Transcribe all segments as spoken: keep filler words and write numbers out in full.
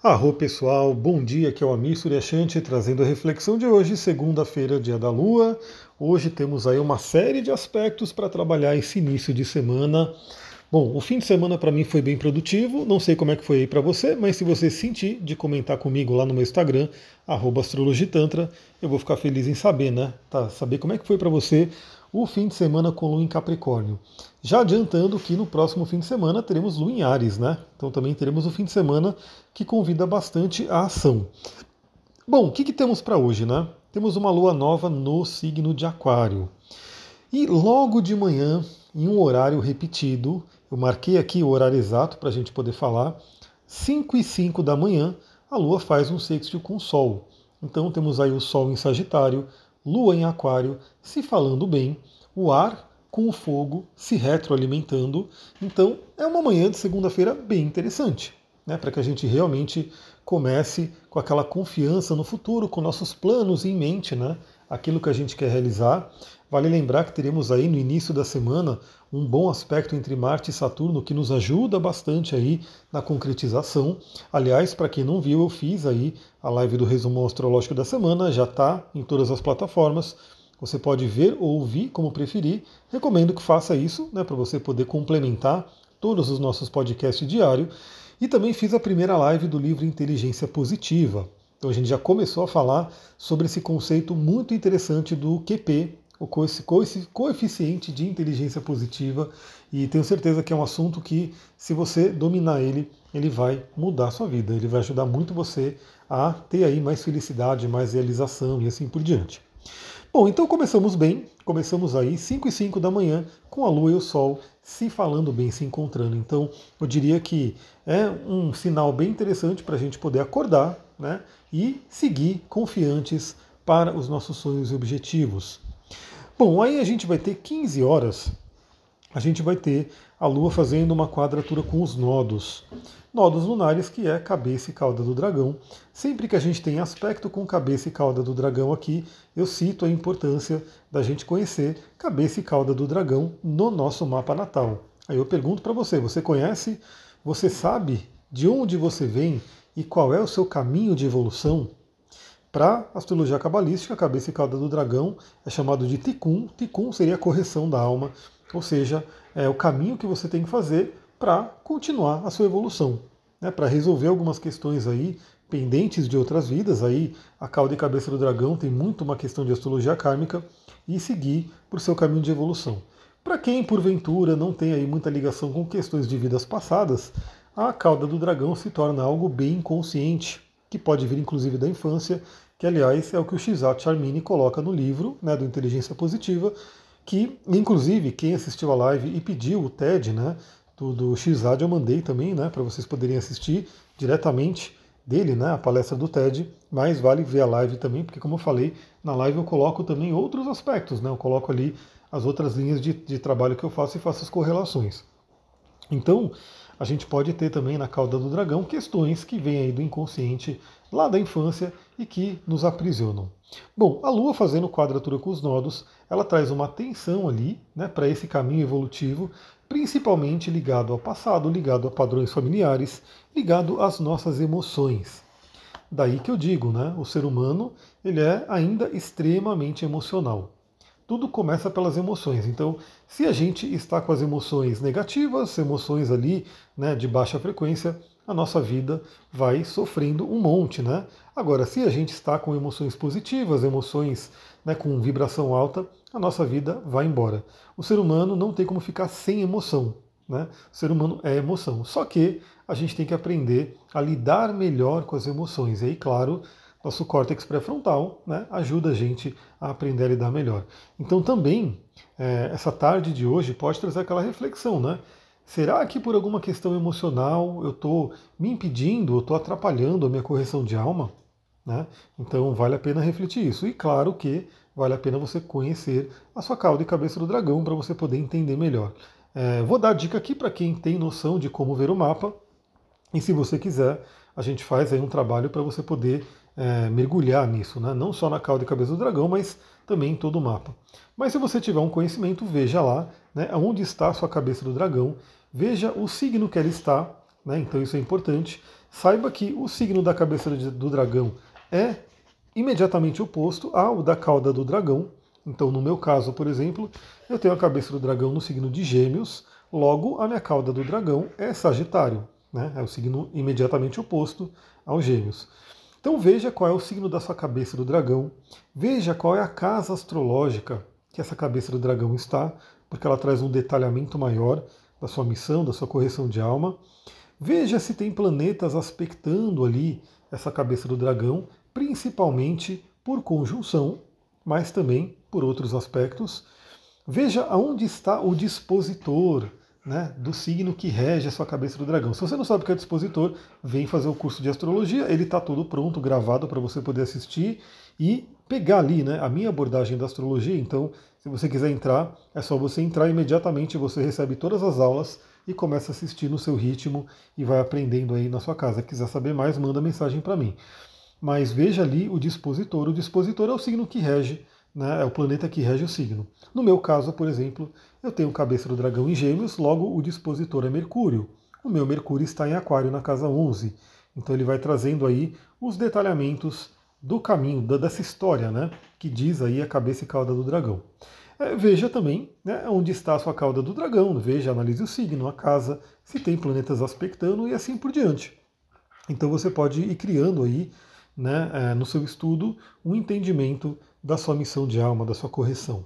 Arro pessoal, bom dia, aqui é o Amir Suryashanti trazendo a reflexão de hoje, segunda-feira, dia da Lua. Hoje temos aí uma série de aspectos para trabalhar esse início de semana. Bom, o fim de semana para mim foi bem produtivo, não sei como é que foi aí para você, mas se você sentir de comentar comigo lá no meu Instagram, arroba astrologitantra, eu vou ficar feliz em saber, né? Tá, saber como é que foi para você o fim de semana com Lua em Capricórnio. Já adiantando que no próximo fim de semana teremos Lua em Áries, né? Então também teremos um fim de semana que convida bastante a ação. Bom, o que, que temos para hoje, né? Temos uma lua nova no signo de Aquário. E logo de manhã, em um horário repetido, eu marquei aqui o horário exato para a gente poder falar, cinco e cinco da manhã, a lua faz um sextil com o Sol. Então temos aí o Sol em Sagitário, Lua em Aquário, se falando bem, o ar com o fogo se retroalimentando. Então é uma manhã de segunda-feira bem interessante, né, para que a gente realmente comece com aquela confiança no futuro, com nossos planos em mente, né, aquilo que a gente quer realizar. Vale lembrar que teremos aí no início da semana um bom aspecto entre Marte e Saturno que nos ajuda bastante aí na concretização. Aliás, para quem não viu, eu fiz aí a live do resumo astrológico da semana, já está em todas as plataformas. Você pode ver ou ouvir, como preferir. Recomendo que faça isso, né, para você poder complementar todos os nossos podcasts diários. E também fiz a primeira live do livro Inteligência Positiva. Então a gente já começou a falar sobre esse conceito muito interessante do Q P, o coeficiente de inteligência positiva, e tenho certeza que é um assunto que, se você dominar ele, ele vai mudar a sua vida, ele vai ajudar muito você a ter aí mais felicidade, mais realização e assim por diante. Bom, então começamos bem, começamos aí cinco e cinco da manhã com a Lua e o Sol se falando bem, se encontrando. Então eu diria que é um sinal bem interessante para a gente poder acordar, né, e seguir confiantes para os nossos sonhos e objetivos. Bom, aí a gente vai ter quinze horas, a gente vai ter a Lua fazendo uma quadratura com os nodos. Nodos lunares, que é cabeça e cauda do dragão. Sempre que a gente tem aspecto com cabeça e cauda do dragão aqui, eu cito a importância da gente conhecer cabeça e cauda do dragão no nosso mapa natal. Aí eu pergunto para você, você conhece, você sabe de onde você vem e qual é o seu caminho de evolução? Para a astrologia cabalística, a cabeça e cauda do dragão é chamado de Tikkun. Tikkun seria a correção da alma, ou seja, é o caminho que você tem que fazer para continuar a sua evolução, né, para resolver algumas questões aí pendentes de outras vidas. Aí a cauda e cabeça do dragão tem muito uma questão de astrologia kármica e seguir para o seu caminho de evolução. Para quem, porventura, não tem aí muita ligação com questões de vidas passadas, a cauda do dragão se torna algo bem inconsciente, que pode vir inclusive da infância, que aliás é o que o Shizato Charmini coloca no livro, né, do Inteligência Positiva, que inclusive quem assistiu a live e pediu o T E D, né, do, do Shizato, eu mandei também, né, para vocês poderem assistir diretamente dele, né, a palestra do T E D, mas vale ver a live também, porque como eu falei, na live eu coloco também outros aspectos, né, eu coloco ali as outras linhas de, de trabalho que eu faço e faço as correlações. Então, a gente pode ter também na cauda do dragão questões que vêm aí do inconsciente, lá da infância, e que nos aprisionam. Bom, a Lua fazendo quadratura com os nodos, ela traz uma atenção ali, né, para esse caminho evolutivo, principalmente ligado ao passado, ligado a padrões familiares, ligado às nossas emoções. Daí que eu digo, né, o ser humano ele é ainda extremamente emocional. Tudo começa pelas emoções. Então, se a gente está com as emoções negativas, emoções ali, né, de baixa frequência, a nossa vida vai sofrendo um monte, né? Agora, se a gente está com emoções positivas, emoções, né, com vibração alta, a nossa vida vai embora. O ser humano não tem como ficar sem emoção, né? O ser humano é emoção. Só que a gente tem que aprender a lidar melhor com as emoções. E aí, claro, nosso córtex pré-frontal, né, ajuda a gente a aprender a lidar melhor. Então também, é, essa tarde de hoje pode trazer aquela reflexão, né? Será que por alguma questão emocional eu estou me impedindo, eu estou atrapalhando a minha correção de alma? Né? Então vale a pena refletir isso. E claro que vale a pena você conhecer a sua cauda e cabeça do dragão para você poder entender melhor. É, vou dar dica aqui para quem tem noção de como ver o mapa. E se você quiser, a gente faz aí um trabalho para você poder é, mergulhar nisso, né? Não só na cauda e cabeça do dragão, mas também em todo o mapa. Mas se você tiver um conhecimento, veja lá, né, onde está a sua cabeça do dragão, veja o signo que ela está, né? Então isso é importante. Saiba que o signo da cabeça do dragão é imediatamente oposto ao da cauda do dragão. Então, no meu caso, por exemplo, eu tenho a cabeça do dragão no signo de Gêmeos, logo a minha cauda do dragão é Sagitário, né? É o signo imediatamente oposto ao Gêmeos. Então veja qual é o signo da sua cabeça do dragão, veja qual é a casa astrológica que essa cabeça do dragão está, porque ela traz um detalhamento maior da sua missão, da sua correção de alma. Veja se tem planetas aspectando ali essa cabeça do dragão, principalmente por conjunção, mas também por outros aspectos. Veja aonde está o dispositor, né, do signo que rege a sua cabeça do dragão. Se você não sabe o que é dispositor, vem fazer o curso de astrologia, ele está todo pronto, gravado para você poder assistir e pegar ali, né, a minha abordagem da astrologia. Então, se você quiser entrar, é só você entrar imediatamente, você recebe todas as aulas e começa a assistir no seu ritmo e vai aprendendo aí na sua casa. Se quiser saber mais, manda mensagem para mim. Mas veja ali o dispositor. O dispositor é o signo que rege, né, é o planeta que rege o signo. No meu caso, por exemplo, eu tenho cabeça do dragão em Gêmeos, logo o dispositor é Mercúrio. O meu Mercúrio está em Aquário na casa onze. Então ele vai trazendo aí os detalhamentos do caminho, dessa história, né, que diz aí a cabeça e cauda do dragão. É, veja também, né, onde está a sua cauda do dragão, veja, analise o signo, a casa, se tem planetas aspectando e assim por diante. Então você pode ir criando aí, né, é, no seu estudo, um entendimento da sua missão de alma, da sua correção.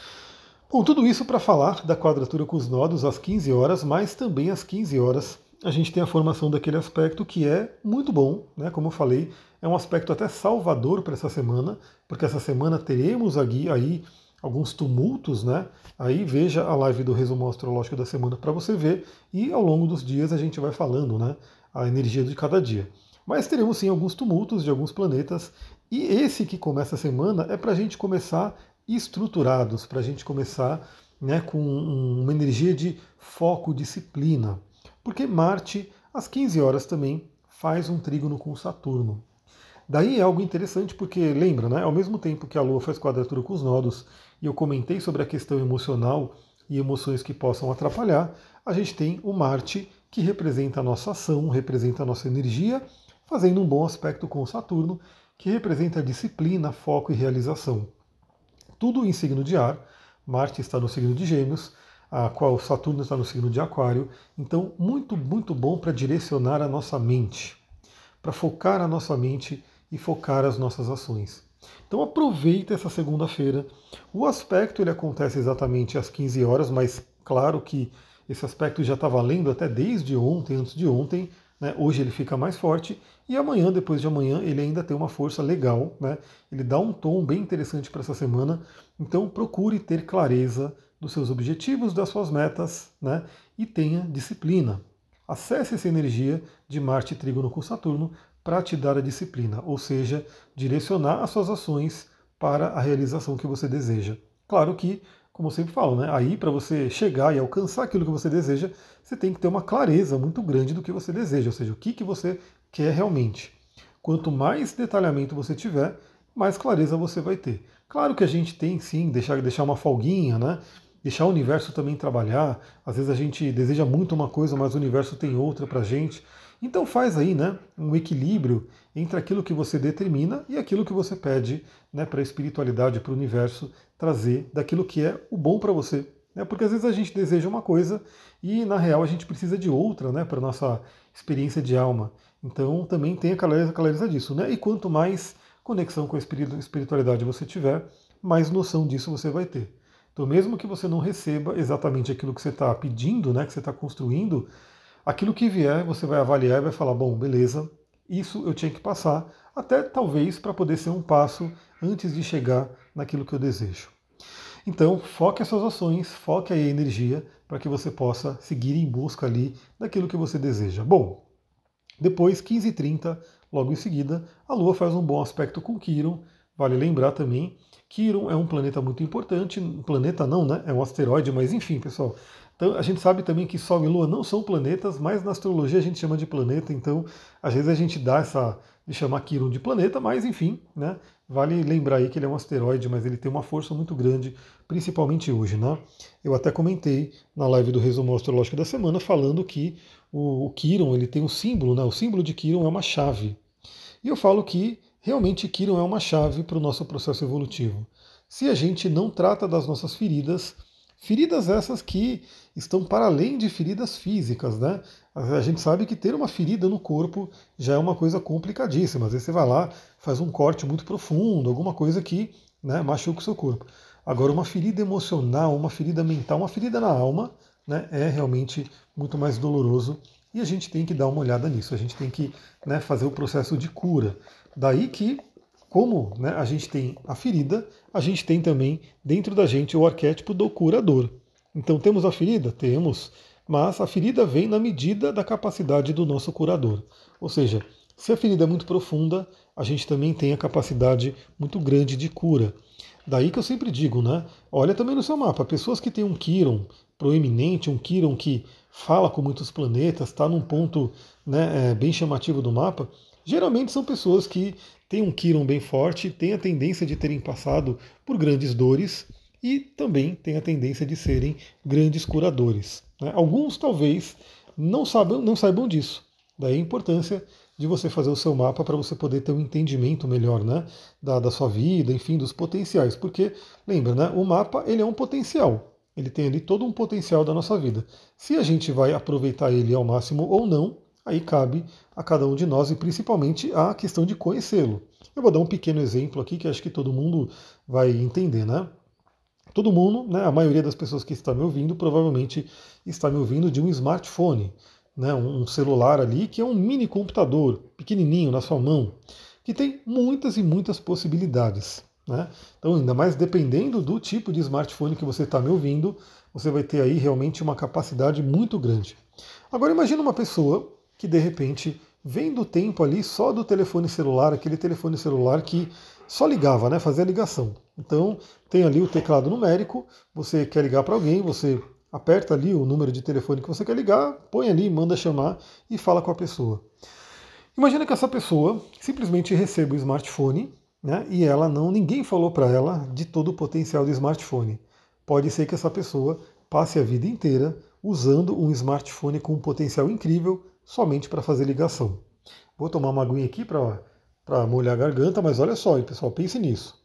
Bom, tudo isso para falar da quadratura com os nodos às quinze horas, mas também às quinze horas a gente tem a formação daquele aspecto que é muito bom, né? Como eu falei, é um aspecto até salvador para essa semana, porque essa semana teremos aqui aí alguns tumultos, né? Aí veja a live do resumo astrológico da semana para você ver, e ao longo dos dias a gente vai falando, né, a energia de cada dia. Mas teremos sim alguns tumultos de alguns planetas, e esse que começa a semana é para a gente começar estruturados, para a gente começar, né, com uma energia de foco, disciplina. Porque Marte, às quinze horas também, faz um trígono com Saturno. Daí é algo interessante porque, lembra, né, ao mesmo tempo que a Lua faz quadratura com os nodos, e eu comentei sobre a questão emocional e emoções que possam atrapalhar, a gente tem o Marte, que representa a nossa ação, representa a nossa energia, fazendo um bom aspecto com o Saturno, que representa a disciplina, foco e realização. Tudo em signo de ar. Marte está no signo de Gêmeos, a qual Saturno está no signo de Aquário. Então, muito, muito bom para direcionar a nossa mente, para focar a nossa mente e focar as nossas ações. Então, aproveita essa segunda-feira. O aspecto ele acontece exatamente às quinze horas, mas claro que esse aspecto já está valendo até desde ontem, antes de ontem. Né? Hoje ele fica mais forte e amanhã, depois de amanhã, ele ainda tem uma força legal. Né? Ele dá um tom bem interessante para essa semana. Então procure ter clareza dos seus objetivos, das suas metas, né? E tenha disciplina. Acesse essa energia de Marte trígono com Saturno para te dar a disciplina, ou seja, direcionar as suas ações para a realização que você deseja. Claro que, como eu sempre falo, né, aí para você chegar e alcançar aquilo que você deseja, você tem que ter uma clareza muito grande do que você deseja, ou seja, o que, que você quer realmente. Quanto mais detalhamento você tiver, mais clareza você vai ter. Claro que a gente tem sim, deixar, deixar uma folguinha, né? Deixar o universo também trabalhar. Às vezes a gente deseja muito uma coisa, mas o universo tem outra pra gente. Então faz aí, né, um equilíbrio entre aquilo que você determina e aquilo que você pede, né, para a espiritualidade, para o universo trazer daquilo que é o bom para você. Né? Porque às vezes a gente deseja uma coisa e na real a gente precisa de outra, né, para nossa experiência de alma. Então também tem a clareza, clareza disso, né? E quanto mais conexão com a espiritualidade você tiver, mais noção disso você vai ter. Então, mesmo que você não receba exatamente aquilo que você está pedindo, né, que você está construindo, aquilo que vier você vai avaliar e vai falar, bom, beleza, isso eu tinha que passar, até talvez para poder ser um passo antes de chegar naquilo que eu desejo. Então, foque as suas ações, foque aí a energia para que você possa seguir em busca ali daquilo que você deseja. Bom, depois, quinze e trinta, logo em seguida, a Lua faz um bom aspecto com Quiron. Vale lembrar também, Quiron é um planeta muito importante, planeta não, né? É um asteroide, mas enfim, pessoal. Então, a gente sabe também que Sol e Lua não são planetas, mas na astrologia a gente chama de planeta, então às vezes a gente dá essa de chamar Quiron de planeta, mas enfim, né? Vale lembrar aí que ele é um asteroide, mas ele tem uma força muito grande, principalmente hoje, né? Eu até comentei na live do resumo astrológico da semana falando que o, o Quiron ele tem um símbolo, né? O símbolo de Quiron é uma chave. E eu falo que realmente Quiron é uma chave para o nosso processo evolutivo. Se a gente não trata das nossas feridas, feridas essas que estão para além de feridas físicas, né? A gente sabe que ter uma ferida no corpo já é uma coisa complicadíssima. Às vezes você vai lá, faz um corte muito profundo, alguma coisa que, né, machuca o seu corpo. Agora, uma ferida emocional, uma ferida mental, uma ferida na alma, né, é realmente muito mais doloroso e a gente tem que dar uma olhada nisso. A gente tem que, né, fazer o processo de cura. Daí que, como, né, a gente tem a ferida, a gente tem também dentro da gente o arquétipo do curador. Então temos a ferida? Temos, mas a ferida vem na medida da capacidade do nosso curador. Ou seja, se a ferida é muito profunda, a gente também tem a capacidade muito grande de cura. Daí que eu sempre digo, né? Olha também no seu mapa, pessoas que têm um Quiron proeminente, um Quiron que fala com muitos planetas, está num ponto, né, é, bem chamativo do mapa, geralmente são pessoas que têm um Quiron bem forte, têm a tendência de terem passado por grandes dores e também têm a tendência de serem grandes curadores, né? Alguns talvez não saibam, não saibam disso. Daí a importância de você fazer o seu mapa para você poder ter um entendimento melhor, né, da, da sua vida, enfim, dos potenciais. Porque, lembra, né, o mapa ele é um potencial. Ele tem ali todo um potencial da nossa vida. Se a gente vai aproveitar ele ao máximo ou não, aí cabe a cada um de nós e principalmente a questão de conhecê-lo. Eu vou dar um pequeno exemplo aqui que acho que todo mundo vai entender, né? Todo mundo, né, a maioria das pessoas que está me ouvindo, provavelmente está me ouvindo de um smartphone, né, um celular ali que é um mini computador, pequenininho na sua mão, que tem muitas e muitas possibilidades, né? Então, ainda mais dependendo do tipo de smartphone que você está me ouvindo, você vai ter aí realmente uma capacidade muito grande. Agora imagina uma pessoa que de repente vem do tempo ali só do telefone celular, aquele telefone celular que só ligava, né, fazia ligação. Então tem ali o teclado numérico, você quer ligar para alguém, você aperta ali o número de telefone que você quer ligar, põe ali, manda chamar e fala com a pessoa. Imagina que essa pessoa simplesmente receba o smartphone, né, e ela não, ninguém falou para ela de todo o potencial do smartphone. Pode ser que essa pessoa passe a vida inteira usando um smartphone com um potencial incrível somente para fazer ligação. Vou tomar uma aguinha aqui para molhar a garganta, mas olha só, pessoal, pense nisso.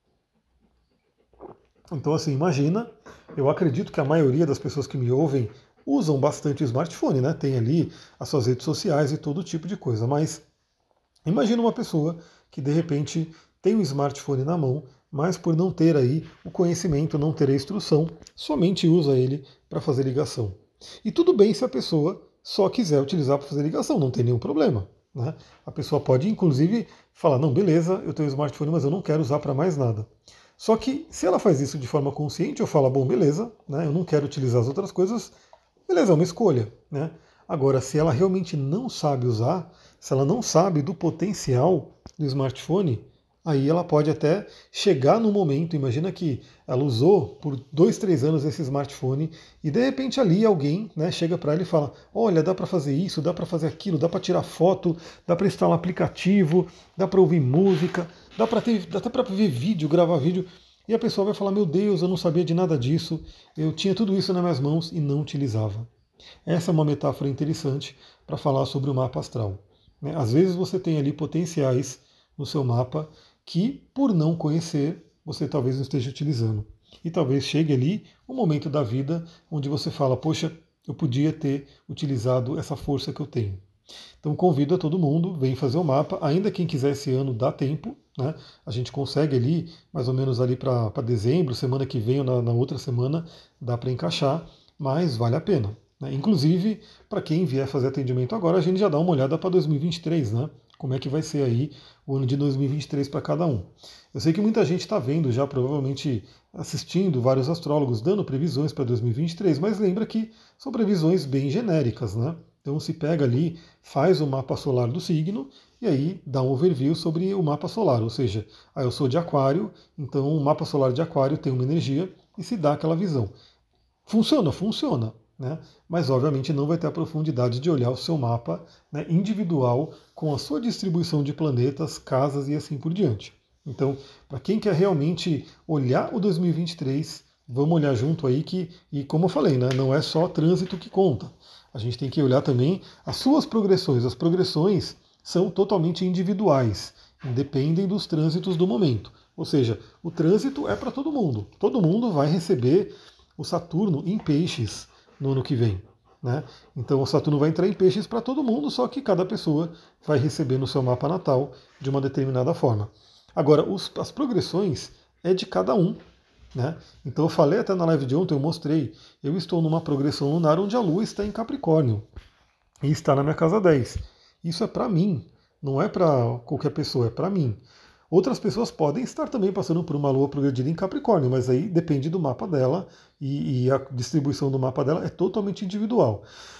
Então, assim, imagina, eu acredito que a maioria das pessoas que me ouvem usam bastante o smartphone, né? Tem ali as suas redes sociais e todo tipo de coisa, mas imagina uma pessoa que de repente tem o smartphone na mão, mas por não ter aí o conhecimento, não ter a instrução, somente usa ele para fazer ligação. E tudo bem se a pessoa só quiser utilizar para fazer ligação, não tem nenhum problema, né? A pessoa pode inclusive falar, não, beleza, eu tenho o smartphone, mas eu não quero usar para mais nada. Só que se ela faz isso de forma consciente, eu falo, bom, beleza, né, eu não quero utilizar as outras coisas, beleza, é uma escolha, né? Agora, se ela realmente não sabe usar, se ela não sabe do potencial do smartphone, aí ela pode até chegar no momento, imagina que ela usou por dois, três anos esse smartphone e de repente ali alguém, né, chega para ela e fala, olha, dá para fazer isso, dá para fazer aquilo, dá para tirar foto, dá para instalar aplicativo, dá para ouvir música, dá para ter, dá até para ver vídeo, gravar vídeo. E a pessoa vai falar, meu Deus, eu não sabia de nada disso, eu tinha tudo isso nas minhas mãos e não utilizava. Essa é uma metáfora interessante para falar sobre o mapa astral, né? Às vezes você tem ali potenciais no seu mapa que, por não conhecer, você talvez não esteja utilizando. E talvez chegue ali um momento da vida onde você fala, poxa, eu podia ter utilizado essa força que eu tenho. Então convido a todo mundo, vem fazer o mapa, ainda quem quiser esse ano dá tempo, né? A gente consegue ali, mais ou menos ali para dezembro, semana que vem ou na, na outra semana, dá para encaixar, mas vale a pena, né? Inclusive, para quem vier fazer atendimento agora, a gente já dá uma olhada para dois mil e vinte e três, né? Como é que vai ser aí o ano de dois mil e vinte e três para cada um. Eu sei que muita gente está vendo já, provavelmente assistindo vários astrólogos dando previsões para dois mil e vinte e três, mas lembra que são previsões bem genéricas, né? Então se pega ali, faz o mapa solar do signo e aí dá um overview sobre o mapa solar, ou seja, ah, eu sou de Aquário, então o mapa solar de Aquário tem uma energia e se dá aquela visão. Funciona? Funciona, né? Mas obviamente não vai ter a profundidade de olhar o seu mapa, né, individual com a sua distribuição de planetas, casas e assim por diante. Então, para quem quer realmente olhar o dois mil e vinte e três, vamos olhar junto aí que, e como eu falei, né, não é só trânsito que conta. A gente tem que olhar também as suas progressões. As progressões são totalmente individuais, independem dos trânsitos do momento. Ou seja, o trânsito é para todo mundo. Todo mundo vai receber o Saturno em peixes no ano que vem. Né? Então o Saturno vai entrar em peixes para todo mundo, só que cada pessoa vai receber no seu mapa natal de uma determinada forma. Agora, os, as progressões é de cada um. Né? Então eu falei até na live de ontem, eu mostrei, eu estou numa progressão lunar onde a Lua está em Capricórnio e está na minha casa dez. Isso é para mim, não é para qualquer pessoa, é para mim. Outras pessoas podem estar também passando por uma Lua progredida em Capricórnio, mas aí depende do mapa dela e, e a distribuição do mapa dela é totalmente individual.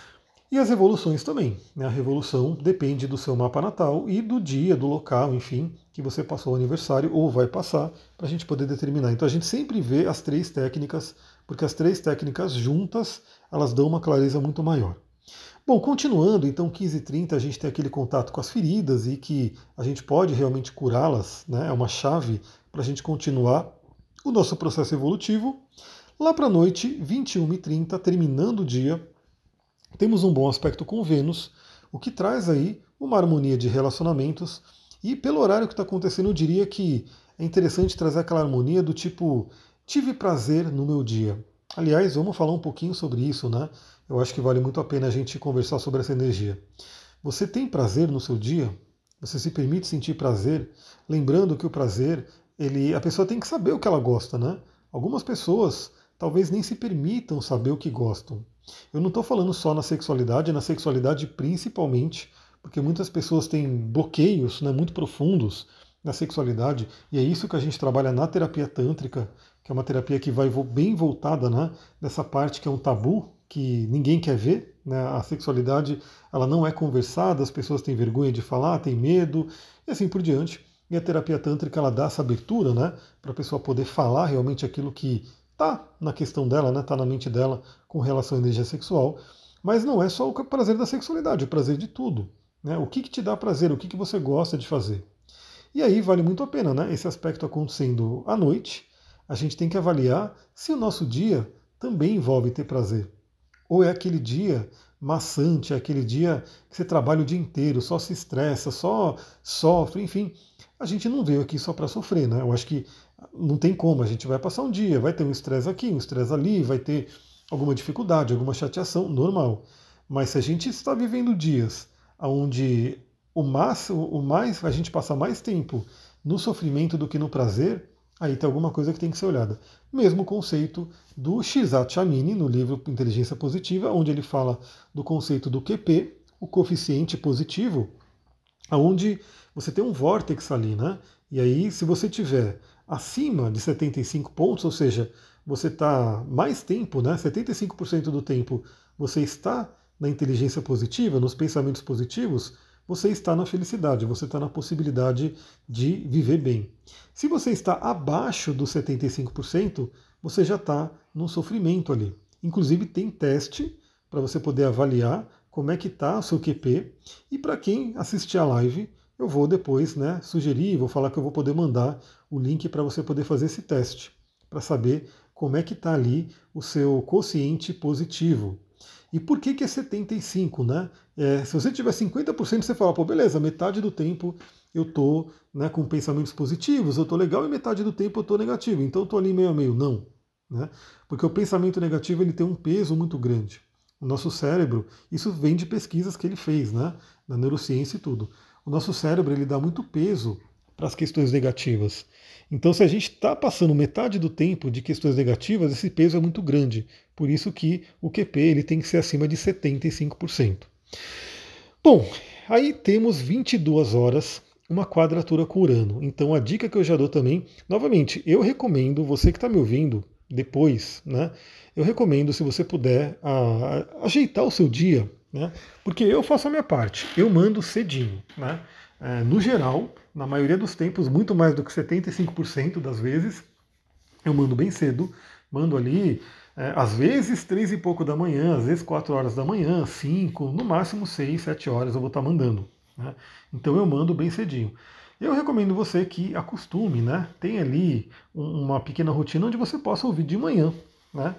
E as revoluções também. Né? A revolução depende do seu mapa natal e do dia, do local, enfim, que você passou o aniversário ou vai passar, para a gente poder determinar. Então a gente sempre vê as três técnicas, porque as três técnicas juntas, elas dão uma clareza muito maior. Bom, continuando, então quinze e trinta a gente tem aquele contato com as feridas e que a gente pode realmente curá-las, né? É uma chave para a gente continuar o nosso processo evolutivo. Lá para a noite, vinte e uma e trinta, terminando o dia, temos um bom aspecto com Vênus, o que traz aí uma harmonia de relacionamentos. E pelo horário que está acontecendo, eu diria que é interessante trazer aquela harmonia do tipo, tive prazer no meu dia. Aliás, vamos falar um pouquinho sobre isso, né? Eu acho que vale muito a pena a gente conversar sobre essa energia. Você tem prazer no seu dia? Você se permite sentir prazer? Lembrando que o prazer, ele, a pessoa tem que saber o que ela gosta, né? Algumas pessoas talvez nem se permitam saber o que gostam. Eu não estou falando só na sexualidade, na sexualidade principalmente, porque muitas pessoas têm bloqueios, né, muito profundos na sexualidade, e é isso que a gente trabalha na terapia tântrica, que é uma terapia que vai bem voltada, né, nessa parte que é um tabu, que ninguém quer ver, né, a sexualidade ela não é conversada, as pessoas têm vergonha de falar, têm medo, e assim por diante. E a terapia tântrica ela dá essa abertura, né, para a pessoa poder falar realmente aquilo que está na questão dela, né, está na mente dela com relação à energia sexual, mas não é só o prazer da sexualidade, o prazer de tudo. Né? O que, que te dá prazer, o que, que você gosta de fazer. E aí vale muito a pena, né? Esse aspecto acontecendo à noite, a gente tem que avaliar se o nosso dia também envolve ter prazer. Ou é aquele dia maçante, é aquele dia que você trabalha o dia inteiro, só se estressa, só sofre, enfim. A gente não veio aqui só para sofrer, né? Eu acho que não tem como, a gente vai passar um dia, vai ter um estresse aqui, um estresse ali, vai ter alguma dificuldade, alguma chateação, normal. Mas se a gente está vivendo dias onde o mais, o mais a gente passa mais tempo no sofrimento do que no prazer, aí tem alguma coisa que tem que ser olhada. Mesmo conceito do Shizat Chamini, no livro Inteligência Positiva, onde ele fala do conceito do Q P, o coeficiente positivo, onde você tem um vórtice ali, né? E aí, se você tiver acima de setenta e cinco pontos, ou seja, você está mais tempo, né? setenta e cinco por cento do tempo você está na inteligência positiva, nos pensamentos positivos, você está na felicidade, você está na possibilidade de viver bem. Se você está abaixo dos setenta e cinco por cento, você já está no sofrimento ali. Inclusive tem teste para você poder avaliar como é que está o seu Q P. E para quem assistir a live, eu vou depois né, sugerir, vou falar que eu vou poder mandar o link para você poder fazer esse teste, para saber como é que está ali o seu quociente positivo. E por que, que é setenta e cinco, né? É, se você tiver cinquenta por cento, você fala, pô, beleza, metade do tempo eu estou né, com pensamentos positivos, eu estou legal, e metade do tempo eu estou negativo. Então eu estou ali meio a meio. Não. Né? Porque o pensamento negativo ele tem um peso muito grande. O nosso cérebro, isso vem de pesquisas que ele fez, né? Na neurociência e tudo. O nosso cérebro ele dá muito peso para as questões negativas. Então, se a gente está passando metade do tempo de questões negativas, esse peso é muito grande. Por isso que o Q P ele tem que ser acima de setenta e cinco por cento. Bom, aí temos vinte e duas horas, uma quadratura com Urano. Então, a dica que eu já dou também, novamente, eu recomendo, você que está me ouvindo depois, né? Eu recomendo, se você puder, a, a, ajeitar o seu dia, né? Porque eu faço a minha parte, eu mando cedinho, né? É, no geral, na maioria dos tempos, muito mais do que setenta e cinco por cento das vezes, eu mando bem cedo, mando ali, é, às vezes três e pouco da manhã, às vezes quatro horas da manhã, cinco, no máximo seis, sete horas eu vou estar mandando. Né? Então eu mando bem cedinho. Eu recomendo você que acostume, né? Tem ali uma pequena rotina onde você possa ouvir de manhã. Né?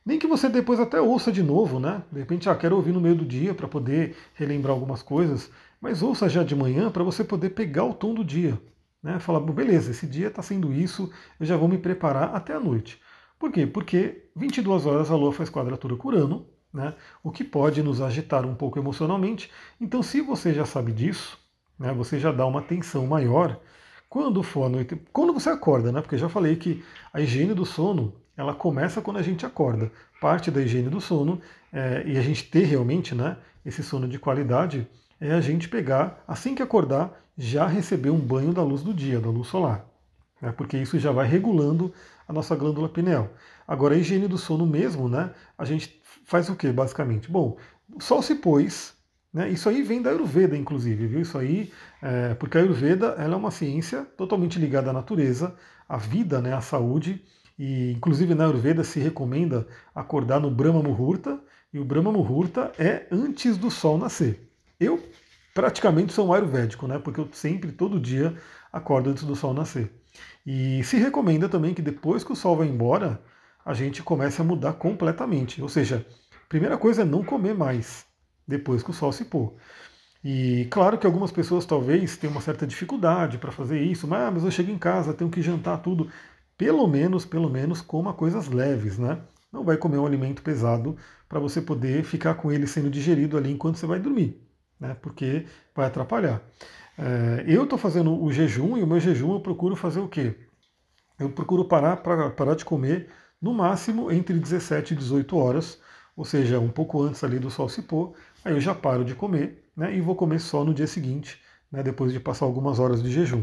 Nem que você depois até ouça de novo, né? De repente, ah, quero ouvir no meio do dia para poder relembrar algumas coisas, mas ouça já de manhã para você poder pegar o tom do dia. Né? Falar, "Bom, beleza, esse dia está sendo isso, eu já vou me preparar até a noite." Por quê? Porque vinte e duas horas a Lua faz quadratura com Urano, né? O que pode nos agitar um pouco emocionalmente. Então, se você já sabe disso, né, você já dá uma atenção maior quando for à noite, quando você acorda, né? Porque eu já falei que a higiene do sono, ela começa quando a gente acorda. Parte da higiene do sono, é, e a gente ter realmente, né, esse sono de qualidade, é a gente pegar, assim que acordar, já receber um banho da luz do dia, da luz solar. Né, porque isso já vai regulando a nossa glândula pineal. Agora, a higiene do sono mesmo, né, a gente faz o que, basicamente? Bom, o sol se pôs, né, isso aí vem da Ayurveda, inclusive, viu? Isso aí, é, porque a Ayurveda ela é uma ciência totalmente ligada à natureza, à vida, né, à saúde, e inclusive na Ayurveda se recomenda acordar no Brahma Muhurta, e o Brahma Muhurta é antes do sol nascer. Eu praticamente sou um ayurvédico, né, porque eu sempre, todo dia, acordo antes do sol nascer. E se recomenda também que depois que o sol vai embora, a gente comece a mudar completamente. Ou seja, a primeira coisa é não comer mais depois que o sol se pôr. E claro que algumas pessoas talvez tenham uma certa dificuldade para fazer isso, mas, ah, mas eu chego em casa, tenho que jantar tudo. Pelo menos, pelo menos, coma coisas leves, né? Não vai comer um alimento pesado para você poder ficar com ele sendo digerido ali enquanto você vai dormir, né? Porque vai atrapalhar. É, eu estou fazendo o jejum e o meu jejum eu procuro fazer o quê? Eu procuro parar, pra, parar de comer no máximo entre dezessete e dezoito horas, ou seja, um pouco antes ali do sol se pôr, aí eu já paro de comer, né, e vou comer só no dia seguinte, né, depois de passar algumas horas de jejum.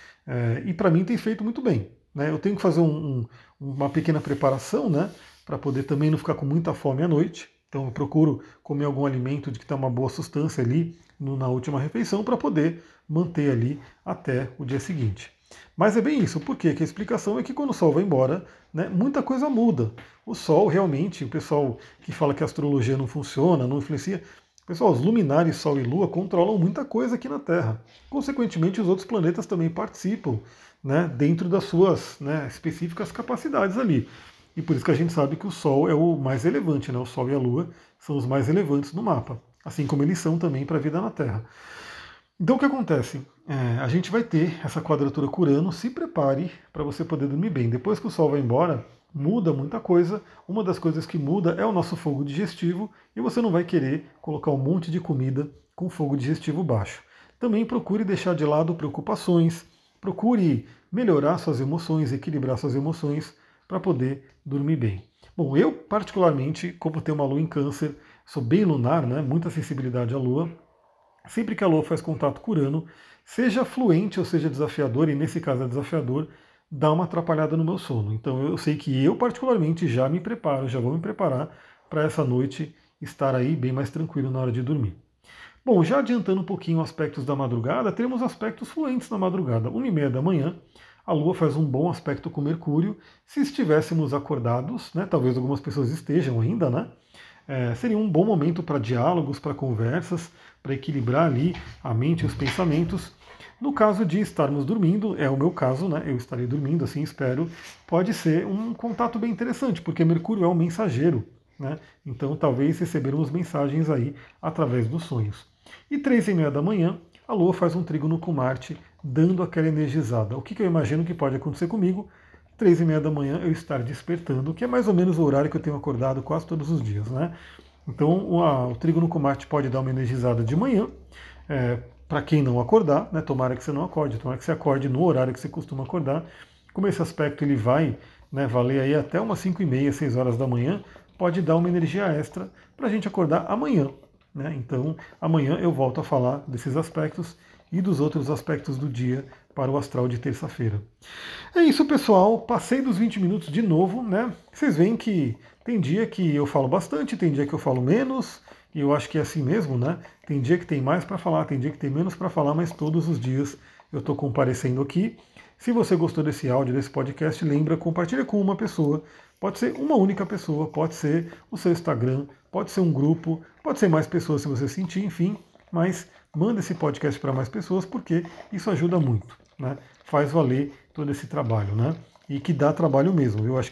É, e para mim tem feito muito bem. Né, eu tenho que fazer um, um, uma pequena preparação, né, para poder também não ficar com muita fome à noite. Então eu procuro comer algum alimento de que tem uma boa sustância ali no, na última refeição para poder manter ali até o dia seguinte. Mas é bem isso, porque a explicação é que quando o Sol vai embora, né, muita coisa muda. O Sol realmente, o pessoal que fala que a astrologia não funciona, não influencia, pessoal, os luminares Sol e Lua controlam muita coisa aqui na Terra. Consequentemente, os outros planetas também participam, né, dentro das suas, né, específicas capacidades ali. E por isso que a gente sabe que o Sol é o mais relevante, né? O Sol e a Lua são os mais relevantes no mapa, assim como eles são também para a vida na Terra. Então o que acontece? É, a gente vai ter essa quadratura com Urano, se prepare para você poder dormir bem. Depois que o Sol vai embora, muda muita coisa. Uma das coisas que muda é o nosso fogo digestivo e você não vai querer colocar um monte de comida com fogo digestivo baixo. Também procure deixar de lado preocupações, procure melhorar suas emoções, equilibrar suas emoções para poder dormir bem. Bom, eu particularmente, como tenho uma lua em câncer, sou bem lunar, né? Muita sensibilidade à lua. Sempre que a Lua faz contato com Urano, seja fluente ou seja desafiador, e nesse caso é desafiador, dá uma atrapalhada no meu sono. Então eu sei que eu particularmente já me preparo, já vou me preparar para essa noite estar aí bem mais tranquilo na hora de dormir. Bom, já adiantando um pouquinho aspectos da madrugada, temos aspectos fluentes na madrugada. Uma e meia da manhã, a Lua faz um bom aspecto com Mercúrio. Se estivéssemos acordados, né, talvez algumas pessoas estejam ainda, né? É, seria um bom momento para diálogos, para conversas, para equilibrar ali a mente e os pensamentos. No caso de estarmos dormindo, é o meu caso, né? Eu estarei dormindo, assim espero. Pode ser um contato bem interessante, porque Mercúrio é um mensageiro, né? Então talvez recebermos mensagens aí através dos sonhos. E três e meia da manhã, a Lua faz um trígono com Marte, dando aquela energizada. O que, que eu imagino que pode acontecer comigo? Três e meia da manhã eu estar despertando, que é mais ou menos o horário que eu tenho acordado quase todos os dias, né? Então o, a, o trígono com Marte pode dar uma energizada de manhã, é, para quem não acordar, né? Tomara que você não acorde, tomara que você acorde no horário que você costuma acordar. Como esse aspecto ele vai, né, valer aí até umas cinco e meia, seis horas da manhã, pode dar uma energia extra para a gente acordar amanhã. Né? Então amanhã eu volto a falar desses aspectos e dos outros aspectos do dia para o astral de terça-feira. É isso, pessoal. Passei dos vinte minutos de novo, né? Vocês veem que tem dia que eu falo bastante, tem dia que eu falo menos, e eu acho que é assim mesmo, né? Tem dia que tem mais para falar, tem dia que tem menos para falar, mas todos os dias eu estou comparecendo aqui. Se você gostou desse áudio, desse podcast, lembra, compartilha com uma pessoa. Pode ser uma única pessoa, pode ser o seu Instagram, pode ser um grupo, pode ser mais pessoas se você sentir, enfim, mas manda esse podcast para mais pessoas porque isso ajuda muito, né? Faz valer todo esse trabalho, né? E que dá trabalho mesmo. Eu acho que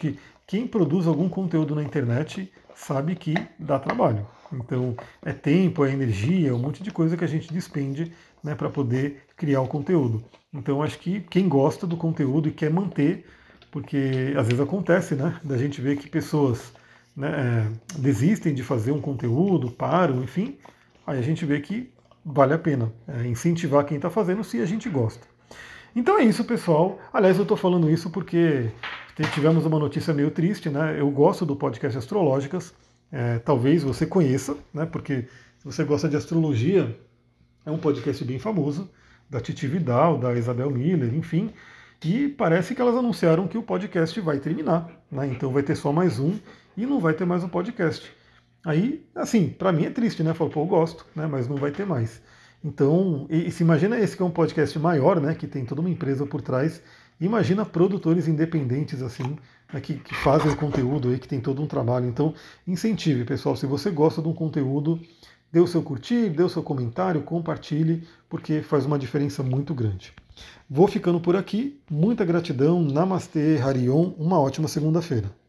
quem produz algum conteúdo na internet sabe que dá trabalho. Então, é tempo, é energia, é um monte de coisa que a gente despende, né, para poder criar o conteúdo. Então, acho que quem gosta do conteúdo e quer manter, porque às vezes acontece, né, da gente ver que pessoas, né, é, desistem de fazer um conteúdo, param, enfim, aí a gente vê que vale a pena é, incentivar quem está fazendo se a gente gosta. Então é isso, pessoal. Aliás, eu estou falando isso porque tivemos uma notícia meio triste, né? Eu gosto do podcast Astrológicas, é, talvez você conheça, né? Porque se você gosta de astrologia, é um podcast bem famoso, da Titi Vidal, da Isabel Miller, enfim. E parece que elas anunciaram que o podcast vai terminar, né? Então vai ter só mais um e não vai ter mais um podcast. Aí, assim, para mim é triste, né? Falo, pô, eu gosto, né? Mas não vai ter mais. Então, e, e se imagina esse que é um podcast maior, né? Que tem toda uma empresa por trás. Imagina produtores independentes assim, né, que, que fazem o conteúdo aí, que tem todo um trabalho. Então, incentive, pessoal. Se você gosta de um conteúdo, dê o seu curtir, dê o seu comentário, compartilhe, porque faz uma diferença muito grande. Vou ficando por aqui. Muita gratidão. Namastê, Harion. Uma ótima segunda-feira.